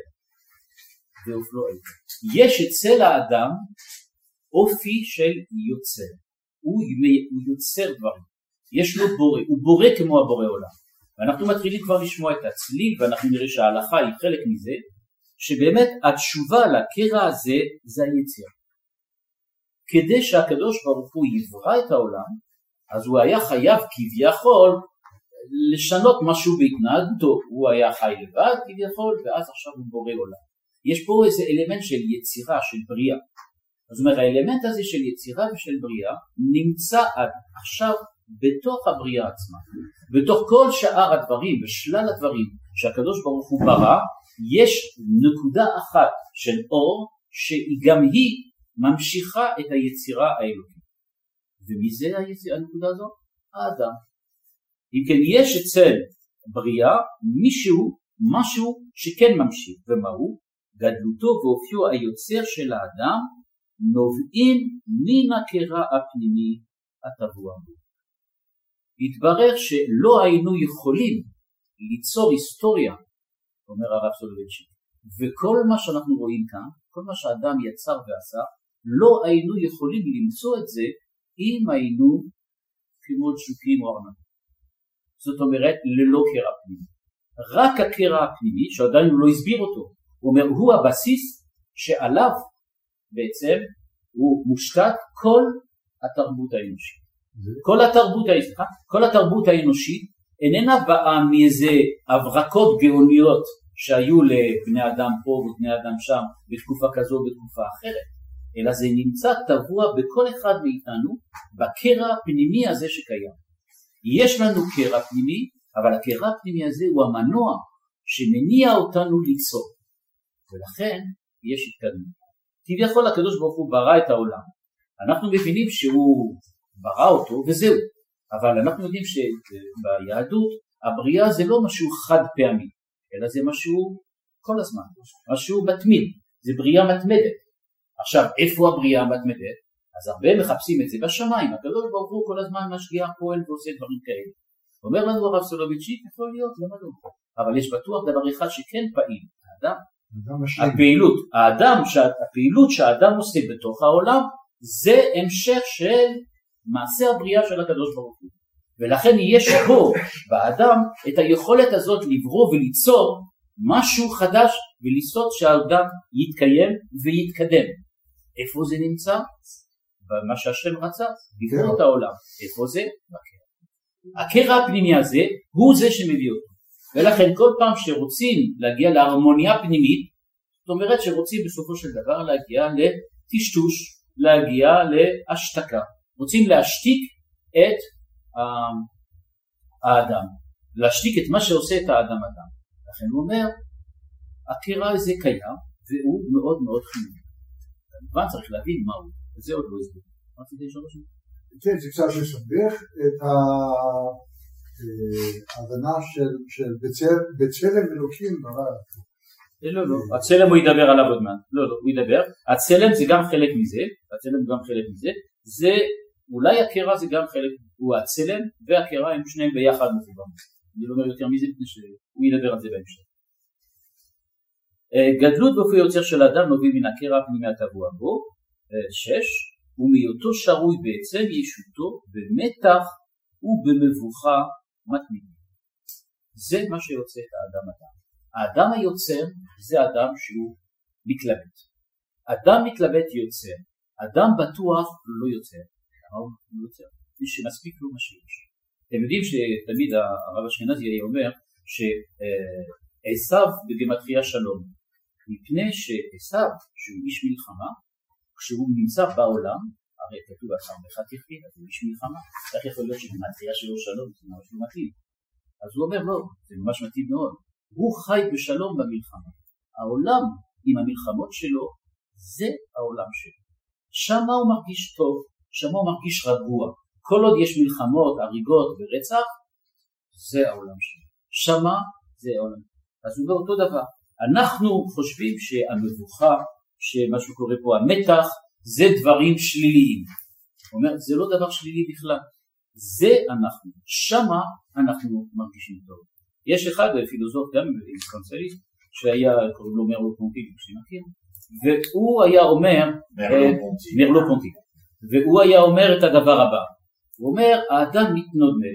יש אצל האדם אופי של יוצר, הוא יוצר דברים, יש לו בורא, הוא בורא כמו הבורא עולם, ואנחנו מתחילים כבר לשמוע את הצליל, ואנחנו נראה שההלכה היא חלק מזה, שבאמת התשובה לקרע הזה זה היצירה. כדי שהקדוש ברוך הוא יברא את העולם, אז הוא היה חייב כביכול לשנות משהו בהתנהגותו, הוא היה חי לבד כביכול, ואז עכשיו הוא בורא עולם. יש פה איזה אלמנט של יצירה, של בריאה. זאת אומרת, האלמנט הזה של יצירה ושל בריאה נמצא עד עכשיו בתוך הבריאה עצמה. בתוך כל שאר הדברים ושלל הדברים שהקדוש ברוך הוא ברא, יש נקודה אחת של אור שגם היא ממשיכה את היצירה האלוקית. ומי זה הנקודה הזאת? האדם. אם כן יש אצל בריאה משהו שכן ממשיך, ומהו? גדלותו ואופיו היוצר של האדם נובעים מן הקרע הפנימי הטבוע בו. התברר שלא היינו יכולים ליצור היסטוריה, אומר הרב סולובייצ'יק, וכל מה שאנחנו רואים כאן, כל מה שאדם יצר ועשה, לא היינו יכולים למצוא את זה אם היינו כמו ג'וקים או ארנבים. זאת אומרת, ללא קרע פנימי. רק הקרע הפנימי, שעדיין הוא לא הסביר אותו, הוא אומר, הוא הבסיס שעליו בעצם הוא מושקע כל התרבות האנושית. כל התרבות האנושית איננה באה מאיזה הברקות גאוניות שהיו לבני אדם פה ובני אדם שם בתקופה כזו ובתקופה אחרת, אלא זה נמצא טבוע בכל אחד מאיתנו בקרע הפנימי הזה שקיים. יש לנו קרע פנימי, אבל הקרע הפנימי הזה הוא המנוע שמניע אותנו ליצור, ולכן יש התקדמות. כביכול הקדוש ברוך הוא ברא את העולם, אנחנו מבינים שהוא ברא אותו וזהו, אבל אנחנו יודעים שביהדות הבריאה זה לא משהו חד פעמי, אלא זה משהו כל הזמן, משהו מתמיד, זה בריאה מתמדת. עכשיו איפה הבריאה המתמדת? אז הרבה מחפשים את זה בשמיים, הקדוש ברוך הוא כל הזמן משגיח, פועל ועושה דברים כאלה. אומר לנו הרב סולובייצ'יק, יכול להיות, למה לא? אבל יש בטוח דבר אחד שכן פעיל, האדם. הפעילות שהאדם עושה בתוך העולם, זה המשך של מעשה הבריאה של הקדוש ברוך הוא. ולכן יש פה באדם את היכולת הזאת לברוא וליצור משהו חדש ולעשות שהאדם יתקיים ויתקדם. איפה זה נמצא? במה שהשם רצה, לברוא את העולם. איפה זה? בקרע. הקרע הפנימי הזה הוא זה שמביא אותו. ולכן כל פעם שרוצים להגיע להרמוניה פנימית, זאת אומרת שרוצים בסופו של דבר להגיע לטשטוש, להגיע להשתקה. רוצים להשתיק את האדם, להשתיק את מה שעושה את האדם אדם. לכן הוא אומר, הקרע הזה קיים והוא מאוד מאוד חיובי. כמובן צריך להבין מהו, וזה עוד לא הסביר. מה רציתי לשאול משהו? כן, זה קצת לשבח את ההבנה של בצלם אלוקים ברא. לא, הצלם הוא ידבר עליו עוד מעט. לא, הוא ידבר. הצלם זה גם חלק מזה, זה אולי הקרע זה גם חלק, הוא הצלם והקרע הם שניהם ביחד מחוברים. אני לא אומר יותר מזה, שהוא ידבר על זה בהמשך. גדלות ואופי יוצר של האדם נובעים מן הקרע הפנימי הטבוע בו. 6. ומהיותו שרוי בעצם ישותו במתח ובמבוכה מתמידית. זה מה שיוצא את האדם אדם. האדם היוצר זה אדם שהוא מתלבט. אדם מתלבט יוצר. אדם בטוח לא יוצר. הוא יוצר. מי שמספיק לו מה שיש. אתם יודעים שתמיד הרב אשכנזי היה אומר שעשיו בגימטריה שלום. מפני שעשיו שהוא איש מלחמה, כשהוא נמצא בעולם, הרי כתוב עשר באחד יחיד, אז הוא איש מלחמה, איך יכול להיות שגימטריה שלו שלום, זה ממש לא מתאים. אז הוא אומר לא, זה ממש מתאים מאוד. הוא חי בשלום במלחמה. העולם עם המלחמות שלו, זה העולם שלו. שמה הוא מרגיש טוב, שמה הוא מרגיש רגוע. כל עוד יש מלחמות, הריגות ורצח, זה העולם שלו. שמה זה העולם. אז הוא אומר אותו דבר. אנחנו חושבים שהמבוכה, שמה שקורה פה, המתח, זה דברים שליליים. הוא אומר, זה לא דבר שלילי בכלל. זה אנחנו. שמה אנחנו מרגישים טוב. יש אחד, פילוסוף גם קונסליסט, שהיה, קוראים לו מרלו פונטי, שמכיר, והוא היה אומר, מרלו פונטי, והוא היה אומר את הדבר הבא. הוא אומר, האדם מתנודד,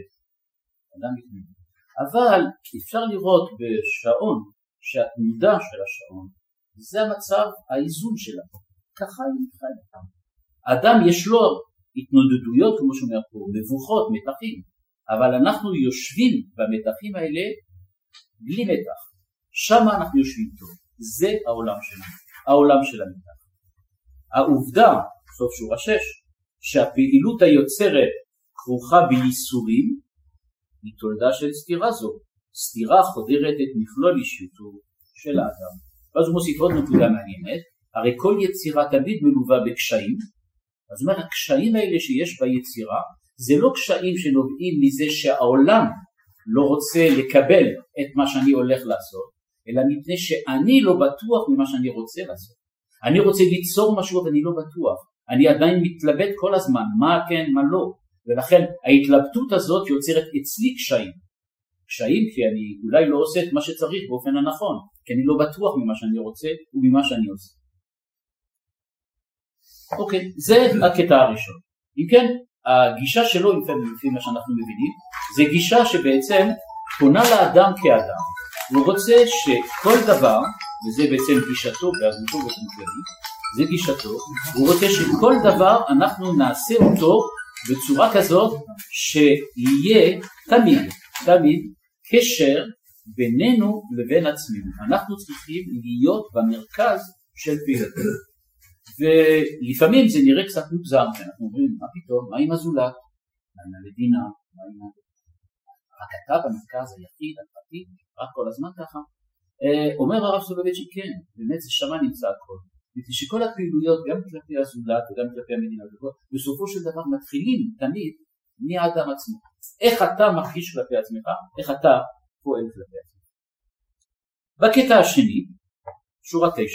אבל אפשר לראות בשעון, שהתנודה של השעון, זה המצב, האיזון שלה. ככה היא מתחייבת. האדם יש לו התנודדויות, כמו שאומר פה, מבוכות, מתחים, אבל אנחנו יושבים במתחים האלה בלי מתח. שם אנחנו יושבים טוב. זה העולם שלנו, העולם של המתח. העובדה, סוף שורה 6, שהפעילות היוצרת כרוכה בייסורים, היא תולדה של סתירה זו. סתירה חודרת את מכלול אישיותו של האדם. ואז הוא מוסיף עוד נקודה מעניינת, הרי כל יצירה תמיד מלווה בקשיים, אז אומר, הקשיים האלה שיש ביצירה, זה לא קשיים שנובעים מזה שהעולם לא רוצה לקבל את מה שאני הולך לעשות, אלא מפני שאני לא בטוח ממה שאני רוצה לעשות. אני רוצה ליצור משהו ואני לא בטוח. אני עדיין מתלבט כל הזמן, מה כן, מה לא. ולכן ההתלבטות הזאת יוצרת אצלי קשיים. קשיים כי אני אולי לא עושה את מה שצריך באופן הנכון, כי אני לא בטוח ממה שאני רוצה וממה שאני עושה. אוקיי, זה הקטע הראשון. אם כן, הגישה שלו, לפי מה שאנחנו מבינים, זה גישה שבעצם פונה לאדם כאדם. הוא רוצה שכל דבר, וזה בעצם גישתו בהגותו באופן כללי, זה גישתו, הוא רוצה שכל דבר אנחנו נעשה אותו בצורה כזאת שיהיה תמיד קשר בינינו לבין עצמנו. אנחנו צריכים להיות במרכז של פעילתנו. ולפעמים זה נראה קצת מוגזם, אנחנו אומרים, מה פתאום, מה עם הזולת, מה עם המדינה, מה עם רק אתה במרכז היחיד, הפרטי, רק כל הזמן ככה. אומר הרב סולובייצ'יק, כן, באמת זה שמה נמצא הכל. שכל הפעילויות, גם כלפי הזולת וגם כלפי המדינה, בסופו של דבר מתחילים תמיד מהאדם עצמו. איך אתה מרגיש כלפי עצמך, איך אתה פועל כלפי עצמך. בקטע השני, שורה 9,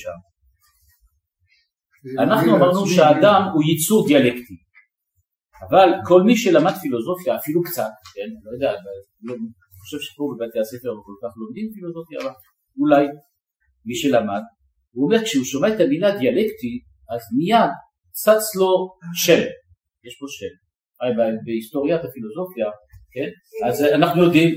אנחנו אמרנו שהאדם הוא ייצור דיאלקטי, אבל כל מי שלמד פילוסופיה, אפילו קצת, כן, לא יודע, אני חושב שפה בבתי הספר לא כל כך לומדים פילוסופיה, אבל אולי מי שלמד, הוא אומר כשהוא שומע את המילה דיאלקטי, אז מיד צץ לו של, יש פה של. בהיסטוריית הפילוסופיה כן? אז אנחנו יודעים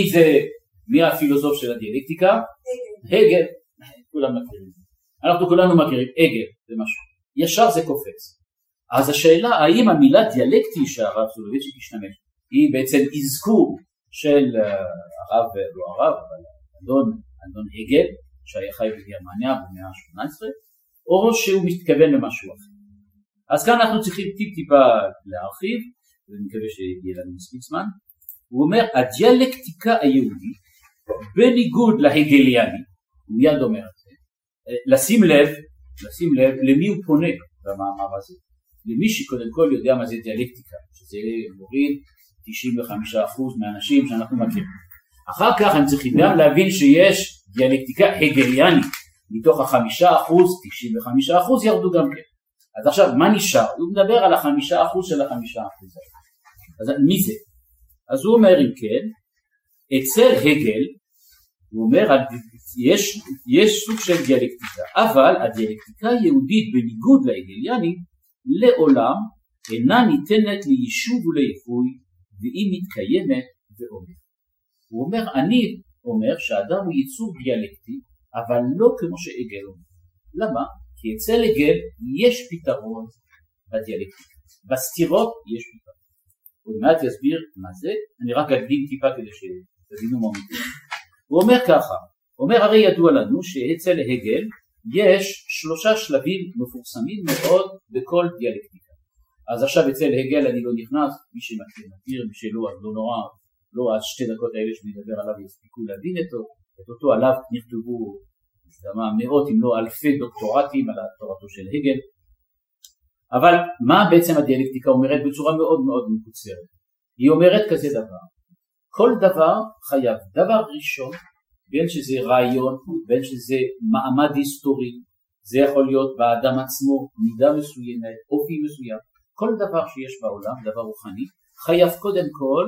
מי הפילוסוף של הדיאלקטיקה? הגל. כולם מכירים. אנחנו כולנו מכירים, הגל זה משהו. ישר זה קופץ. אז השאלה האם המילה דיאלקטי שהרב סולובייצ'יק השתמש היא בעצם אזכור של הרב, לא הרב, אבל אדון הגל שהיה חי בגרמניה במאה ה-18, או שהוא מתכוון למשהו אחר. אז כאן אנחנו צריכים טיפה להרחיב, ואני מקווה שיהיה לנו מספיק זמן. הוא אומר, הדיאלקטיקה היהודית, בניגוד להגליאני, הוא מיד אומר את זה, לשים לב למי הוא פונה במאמר הזה. למי שקודם כל יודע מה זה דיאלקטיקה, שזה מוריד 95% מהאנשים שאנחנו מכירים. אחר כך הם צריכים גם להבין שיש דיאלקטיקה הגליאנית, מתוך 5%, 95% ירדו גם כן. אז עכשיו, מה נשאר? הוא מדבר על 5% של 5%. אז מי זה? אז הוא אומר, אם כן, אצל הגל, הוא אומר, יש סוג של דיאלקטיקה, אבל הדיאלקטיקה היהודית בניגוד להגליאנית, לעולם אינה ניתנת ליישוב ולאיחוי, והיא מתקיימת ועומדת. הוא אומר, אני אומר שהאדם הוא יצור דיאלקטי, אבל לא כמו שהגל אומר. למה? כי אצל הגל יש פתרון בדיאלקטיקה. בסתירות יש פתרון. עוד מעט יסביר מה זה, אני רק אקדים טיפה כדי שתבינו מה מתאים. הוא אומר ככה, הוא אומר הרי ידוע לנו שאצל הגל יש 3 שלבים מפורסמים מאוד בכל דיאלקטיקה. אז עכשיו אצל הגל אני לא נכנס, מי שמכיר, מי שלא, אז לא נורא, לא עד 2 דקות האלה שנדבר עליו יספיקו להבין את אותו עליו נכתבו מאות אם לא אלפי דוקטורטים על התורתו של הגל. אבל מה בעצם הדיאלקטיקה אומרת בצורה מאוד מאוד מקוצרת? היא אומרת כזה דבר, כל דבר חייב, דבר ראשון, בין שזה רעיון, בין שזה מעמד היסטורי, זה יכול להיות באדם עצמו, מידה מסוימת, אופי מסוים, כל דבר שיש בעולם, דבר רוחני, חייב קודם כל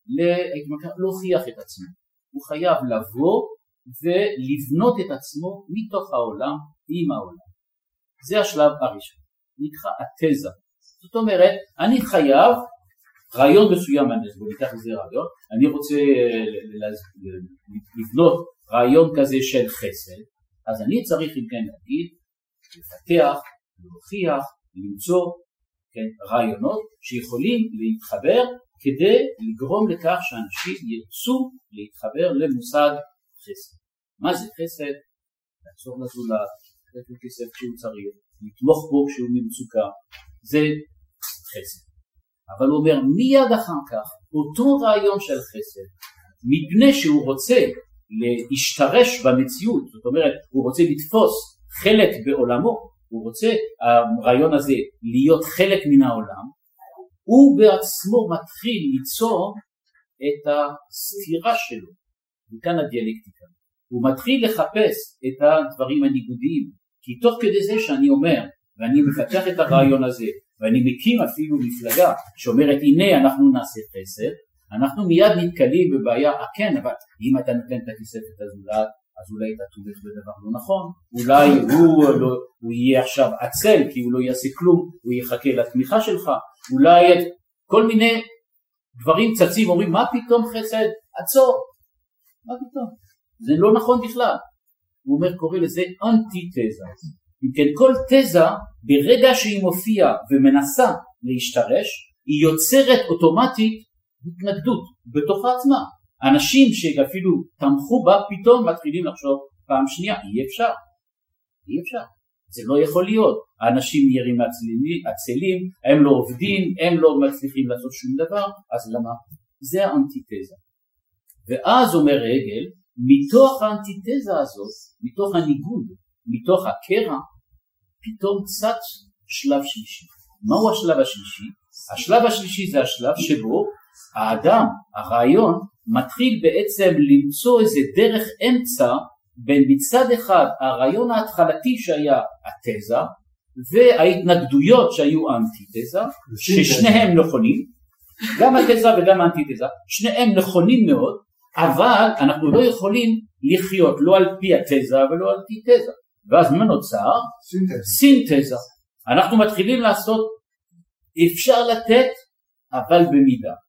להוכיח את עצמו. הוא חייב לבוא ולבנות את עצמו מתוך העולם עם העולם. זה השלב הראשון, נקרא התזה. זאת אומרת, אני חייב רעיון מסוים, בוא ניקח איזה רעיון, אני רוצה לבנות רעיון כזה של חסד, אז אני צריך אם כן להגיד, לפתח, להוכיח, למצוא רעיונות שיכולים להתחבר כדי לגרום לכך שאנשים ירצו להתחבר למושג חסד. מה זה חסד? לעזור לזולת, לתת לו כסף כשהוא צריך, לתמוך בו כשהוא במצוקה, זה חסד. אבל הוא אומר מיד אחר כך, אותו רעיון של חסד, מפני שהוא רוצה להשתרש במציאות, זאת אומרת, הוא רוצה לתפוס חלק בעולמו, הוא רוצה הרעיון הזה להיות חלק מן העולם, הוא בעצמו מתחיל ליצור את הסתירה שלו, וכאן הדיאלקטיקה. הוא מתחיל לחפש את הדברים הניגודיים, כי תוך כדי זה שאני אומר, ואני מפתח את הרעיון הזה, ואני מקים אפילו מפלגה שאומרת הנה אנחנו נעשה חסד, אנחנו מיד נתקלים בבעיה, כן, אבל אם אתה נותן את הכסף את הזולת, אז אולי אתה תומך בדבר לא נכון, אולי הוא יהיה עכשיו עצל כי הוא לא יעשה כלום, הוא יחכה לתמיכה שלך, אולי כל מיני דברים צצים אומרים מה פתאום חסד, עצור, מה פתאום, זה לא נכון בכלל. הוא אומר קורא לזה אנטי-תזה. אם כן כל תזה ברגע שהיא מופיעה ומנסה להשתרש היא יוצרת אוטומטית התנגדות בתוך עצמה. אנשים שאפילו תמכו בה פתאום מתחילים לחשוב פעם שנייה אי אפשר, זה לא יכול להיות, האנשים נראים עצלים, הם לא עובדים, הם לא מצליחים לעשות שום דבר, אז למה? זה האנטיתזה. ואז אומר הגל, מתוך האנטיתזה הזאת, מתוך הניגוד, מתוך הקרע, פתאום צץ שלב שלישי. מהו השלב השלישי? השלב השלישי זה השלב שבו האדם, הרעיון, מתחיל בעצם למצוא איזה דרך אמצע בין מצד אחד הרעיון ההתחלתי שהיה התזה וההתנגדויות שהיו האנטיתזה, ששניהם נכונים, גם התזה וגם האנטיתזה, שניהם נכונים מאוד, אבל אנחנו לא יכולים לחיות לא על פי התזה ולא על פי תזה. ואז מה נוצר? סינתזה. אנחנו מתחילים לעשות, אפשר לתת אבל במידה.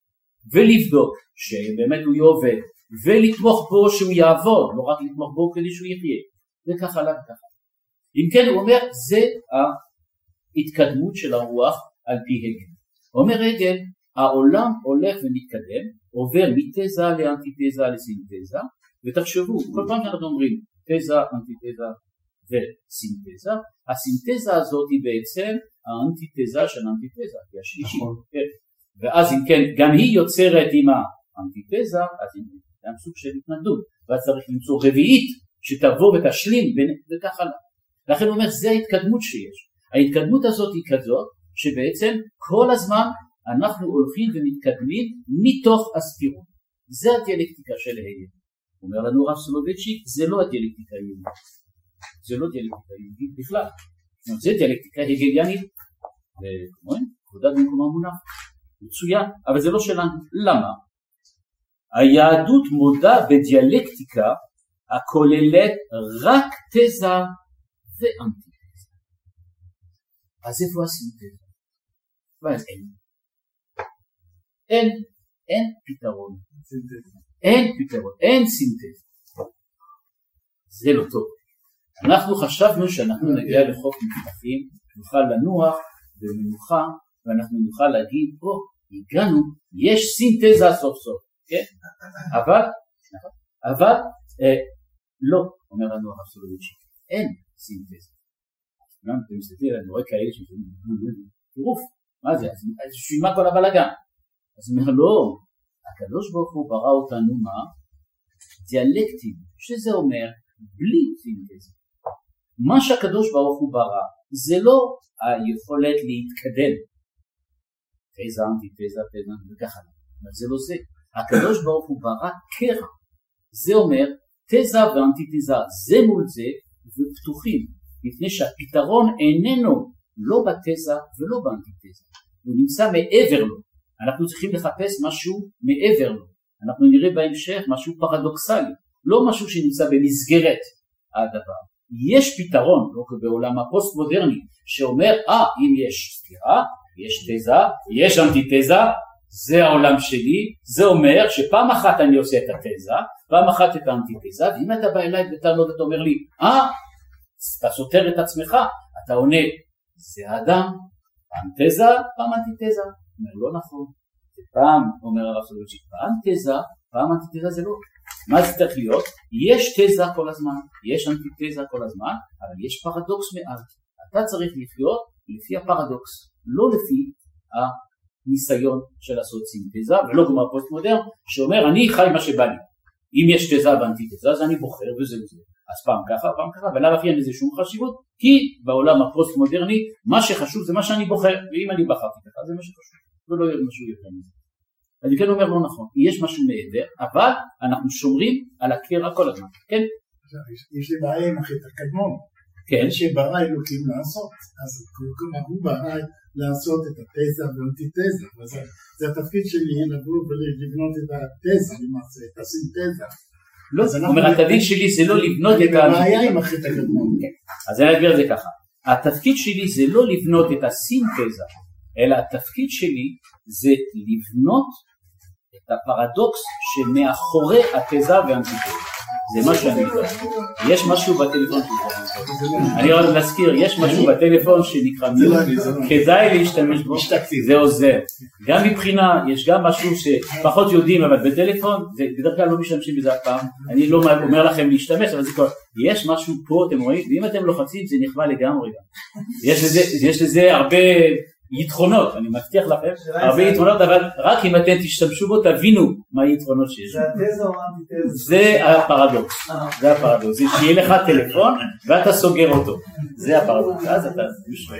ולבדוק שבאמת הוא יעובד, ולתמוך בו שהוא יעבוד, לא רק לתמוך בו כדי שהוא יחיה, וכך הלאה וככה. אם כן הוא אומר, זה ההתקדמות של הרוח על פי הגל. אומר הגל, העולם הולך ומתקדם, עובר מתזה לאנטיתזה לסינתזה, ותחשבו, כל פעם שאנחנו אומרים תזה, אנטיתזה וסינתזה, הסינתזה הזאת היא בעצם האנטיתזה של האנטיתזה, היא השלישית. כן. ואז אם כן, גם היא יוצרת עם האנטיתזה, אז היא גם סוג של התנגדות, ואז צריך למצוא רביעית שתבוא ותשלים וכך הלאה. לכן הוא אומר, זה ההתקדמות שיש. ההתקדמות הזאת היא כזאת, שבעצם כל הזמן אנחנו הולכים ומתקדמים מתוך הספירות. זה הדיאלקטיקה של הגל. אומר לנו רב סולובייצ'יק, זה לא הדיאלקטיקה היהודית. זה לא דיאלקטיקה יהודית בכלל. זה דיאלקטיקה הגליאנית, וכמובן, כבודה במקומה מונח. מצוין, אבל זה לא שלנו. למה? היהדות מודה בדיאלקטיקה הכוללת רק תזה ואנטיתזה. אז איפה הסינתזה? ואז אין פתרון. אין פתרון, אין סינתזה. זה לא טוב. אנחנו חשבנו שאנחנו נגיע לחוף מבטחים, נוכל לנוח במנוחה, ואנחנו נוכל להגיד, הגענו, יש סינתזה סוף סוף, כן? אבל לא, אומר לנו הרב סולובייצ'יק, אין סינתזה. גם אתם מסתכלים, אני רואה כאלה שאומרים, טירוף, מה זה? אז בשביל מה כל הבלגן? אז הוא אומר, לא, הקדוש ברוך הוא ברא אותנו מה? דיאלקטים, שזה אומר, בלי סינתזה. מה שהקדוש ברוך הוא ברא, זה לא היכולת להתקדם. תזה, אנטיתזה, תזה, וככה. אבל זה לא זה. הקדוש ברוך הוא ברא קרע. זה אומר, תזה ואנטיתזה, זה מול זה, ופתוחים. לפני שהפתרון איננו לא בתזה ולא באנטיתזה. הוא נמצא מעבר לו. אנחנו צריכים לחפש משהו מעבר לו. אנחנו נראה בהמשך משהו פרדוקסלי. לא משהו שנמצא במסגרת הדבר. יש פתרון, לא בעולם הפוסט-מודרני, שאומר, אם יש סתירה, יש תזה, יש אנטיתזה, זה העולם שלי, זה אומר שפעם אחת אני עושה את התזה, פעם אחת את האנטיתזה, ואם אתה בא אליי בטענות ואתה אומר לי, אתה סותר את עצמך, אתה עונה, זה האדם, פעם תזה, פעם אנטיתזה. אומר, לא נכון, פעם, אומר הרב סולובייצ'יק, פעם תזה, פעם אנטיתזה זה לא. מה זה צריך להיות? יש תזה כל הזמן, יש אנטיתזה כל הזמן, אבל יש פרדוקס מעל. אתה צריך לחיות לפי הפרדוקס, לא לפי הניסיון של לעשות סינתזה, ולא כמו הפוסט מודרן, שאומר אני חי מה שבא לי. אם יש תזה ואנטיתזה, אז אני בוחר וזה וזה. אז פעם ככה, פעם ככה, ולא הכי אין לזה שום חשיבות, כי בעולם הפוסט מודרני, מה שחשוב זה מה שאני בוחר, ואם אני בחרתי ככה, זה מה שחשוב, ולא יהיה משהו יותר מזה. אני כן אומר לא נכון, יש משהו מעבר, אבל אנחנו שומרים על הקרע כל הזמן, כן? יש לי בעיה עם החטא הקדמון, כן. שברא אלוקים לעשות, אז כלומר הוא ברא לעשות את התזה והאנטיתזה, זה התפקיד שלי לבוא ולבנות את התזה, למעשה, את הסינתזה. לא, זאת אומרת, התפקיד שלי זה לא לבנות את הבעיה עם החטא הקדמון. אז אני אסביר את זה ככה, התפקיד שלי זה לא לבנות את הסינתזה, אלא התפקיד שלי זה לבנות את הפרדוקס שמאחורי התזה והאנטיתזה. זה מה שאני יודע. יש משהו בטלפון אני רוצה להזכיר, יש משהו בטלפון שנקרא כדאי להשתמש בו, זה עוזר. גם מבחינה, יש גם משהו שפחות יודעים, אבל בטלפון, בדרך כלל לא משתמשים בזה אף פעם, אני לא אומר לכם להשתמש, אבל זה כבר, יש משהו פה, אתם רואים, ואם אתם לוחצים זה נכבה לגמרי. יש לזה הרבה יתרונות, אני מבטיח לכם, הרבה יתרונות, אבל רק אם אתם תשתמשו בו תבינו מה היתרונות שיש. זה התזה או האנטיתזה? זה הפרדוקס, זה הפרדוקס, זה שיהיה לך טלפון ואתה סוגר אותו, זה הפרדוקס, אז אתה משווה.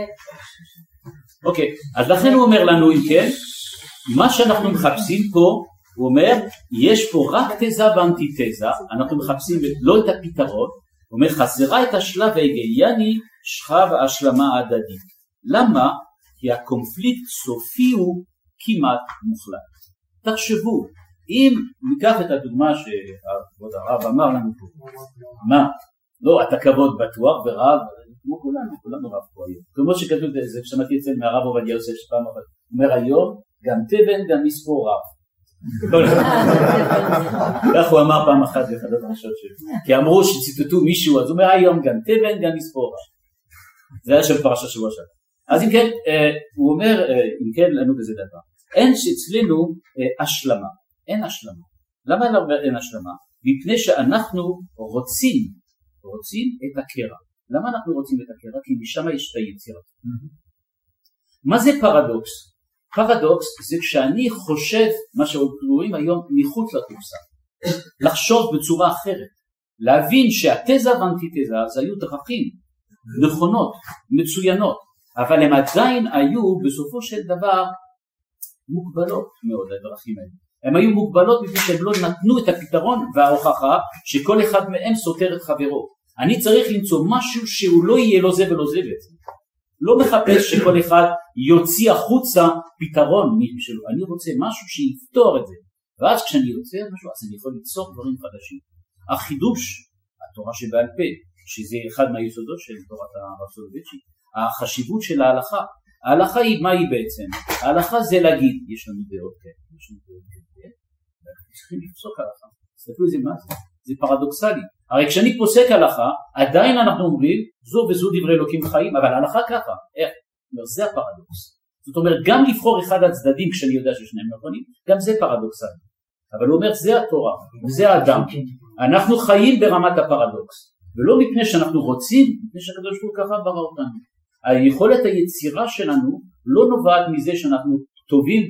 אוקיי, אז לכן הוא אומר לנו אם כן, מה שאנחנו מחפשים פה, הוא אומר, יש פה רק תזה ואנטיתזה, אנחנו מחפשים לא את הפתרון, הוא אומר, חסרה את השלב ההגליאני, שכב ההשלמה ההדדית. למה? כי הקונפליקט סופי הוא כמעט מוחלט. תחשבו, אם ניקח את הדוגמה שכבוד הרב אמר לנו פה, מה? לא, אתה כבוד בטוח ורב, כמו כולנו רב פה היום. כמו שכתוב, זה שמעתי אצל מהרב עובדיה יוסף שפעם, הוא אומר היום, גם תבן גם מספור רב. כך הוא אמר פעם אחת באחד הדרשות שלו, כי אמרו שציטטו מישהו, אז הוא אומר היום גם תבן גם מספור רב. זה היה של פרשת שבוע שעבר. אז אם כן, הוא אומר, אם כן לנו בזה דבר, אין שאצלנו השלמה, אין השלמה. למה אין השלמה? מפני שאנחנו רוצים את הקרע. למה אנחנו רוצים את הקרע? כי משם יש את היצירה. מה זה פרדוקס? פרדוקס זה כשאני חושב מה שקוראים היום מחוץ לקופסה, לחשוב בצורה אחרת, להבין שהתזה והאנטיתזה זה היו דרכים נכונות, מצוינות, אבל הם עדיין היו בסופו של דבר מוגבלות מאוד הדרכים האלה. הם היו מוגבלות מפני שהם לא נתנו את הפתרון וההוכחה שכל אחד מהם סותר את חברו. אני צריך למצוא משהו שהוא לא יהיה לו זה ולא זה בעצם. לא מחפש שכל אחד יוציא החוצה פתרון משלו. אני רוצה משהו שיפתור את זה. ואז כשאני יוצא משהו, אז אני יכול ליצור דברים חדשים. החידוש, התורה שבעל פה, שזה אחד מהיסודות של תורת הרב סולובייצ'יק, החשיבות של ההלכה. ההלכה היא, מה היא בעצם? ההלכה זה להגיד, יש לנו דעות כאלה, יש לנו דעות כאלה, ואנחנו צריכים לפסוק הלכה. תסתכלו איזה מה זה? זה פרדוקסלי. הרי כשאני פוסק הלכה, עדיין אנחנו אומרים, זו וזו דברי אלוקים חיים, אבל ההלכה ככה. איך? זה הפרדוקס. זאת אומרת, גם לבחור אחד הצדדים כשאני יודע ששניהם נכונים, גם זה פרדוקסלי. אבל הוא אומר, זה התורה, וזה האדם. אנחנו חיים ברמת הפרדוקס, ולא מפני שאנחנו רוצים, מפני שהקדוש ברוך הוא ככה ברא אותנו. היכולת היצירה שלנו לא נובעת מזה שאנחנו טובים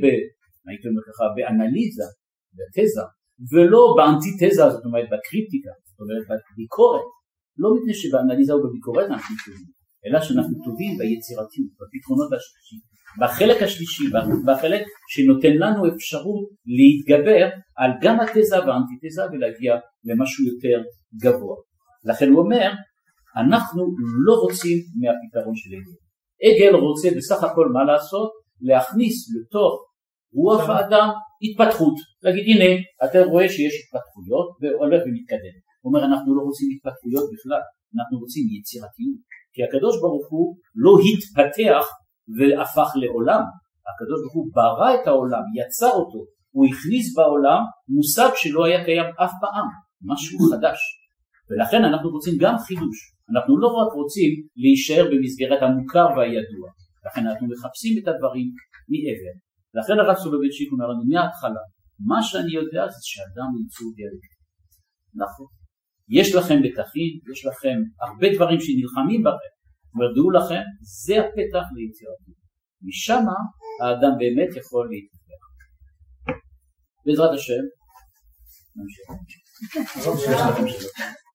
באנליזה, בתזה, ולא באנטיתזה, זאת אומרת בקריפטיקה, זאת אומרת בביקורת, לא מפני שבאנליזה או בביקורת אנחנו טובים, אלא שאנחנו טובים ביצירתיות, בפתרונות השלישי, בחלק השלישי, בחלק שנותן לנו אפשרות להתגבר על גם התזה והאנטיתזה ולהגיע למשהו יותר גבוה. לכן הוא אומר, אנחנו לא רוצים מהפתרון של עגל. עגל רוצה בסך הכל מה לעשות? להכניס לתוך רוח האדם התפתחות. להגיד הנה אתה רואה שיש התפתחויות והולך ומתקדם. הוא אומר אנחנו לא רוצים התפתחויות בכלל, אנחנו רוצים יצירתיות. כי הקדוש ברוך הוא לא התפתח והפך לעולם. הקדוש ברוך הוא ברא את העולם, יצר אותו. הוא הכניס בעולם מושג שלא היה קיים אף פעם. משהו חדש. ולכן אנחנו רוצים גם חידוש. אנחנו לא רק רוצים להישאר במסגרת המוכר והידוע. לכן אנחנו מחפשים את הדברים מעבר. לכן הרב סולובייצ'יק אומר לנו מההתחלה, מה שאני יודע זה שאדם ימצאו דיאלקט. נכון. יש לכם לקחים, יש לכם הרבה דברים שנלחמים בכם. דעו לכם, זה הפתח ליצירתיות. משם האדם באמת יכול להתפתח. בעזרת השם, נמשיך.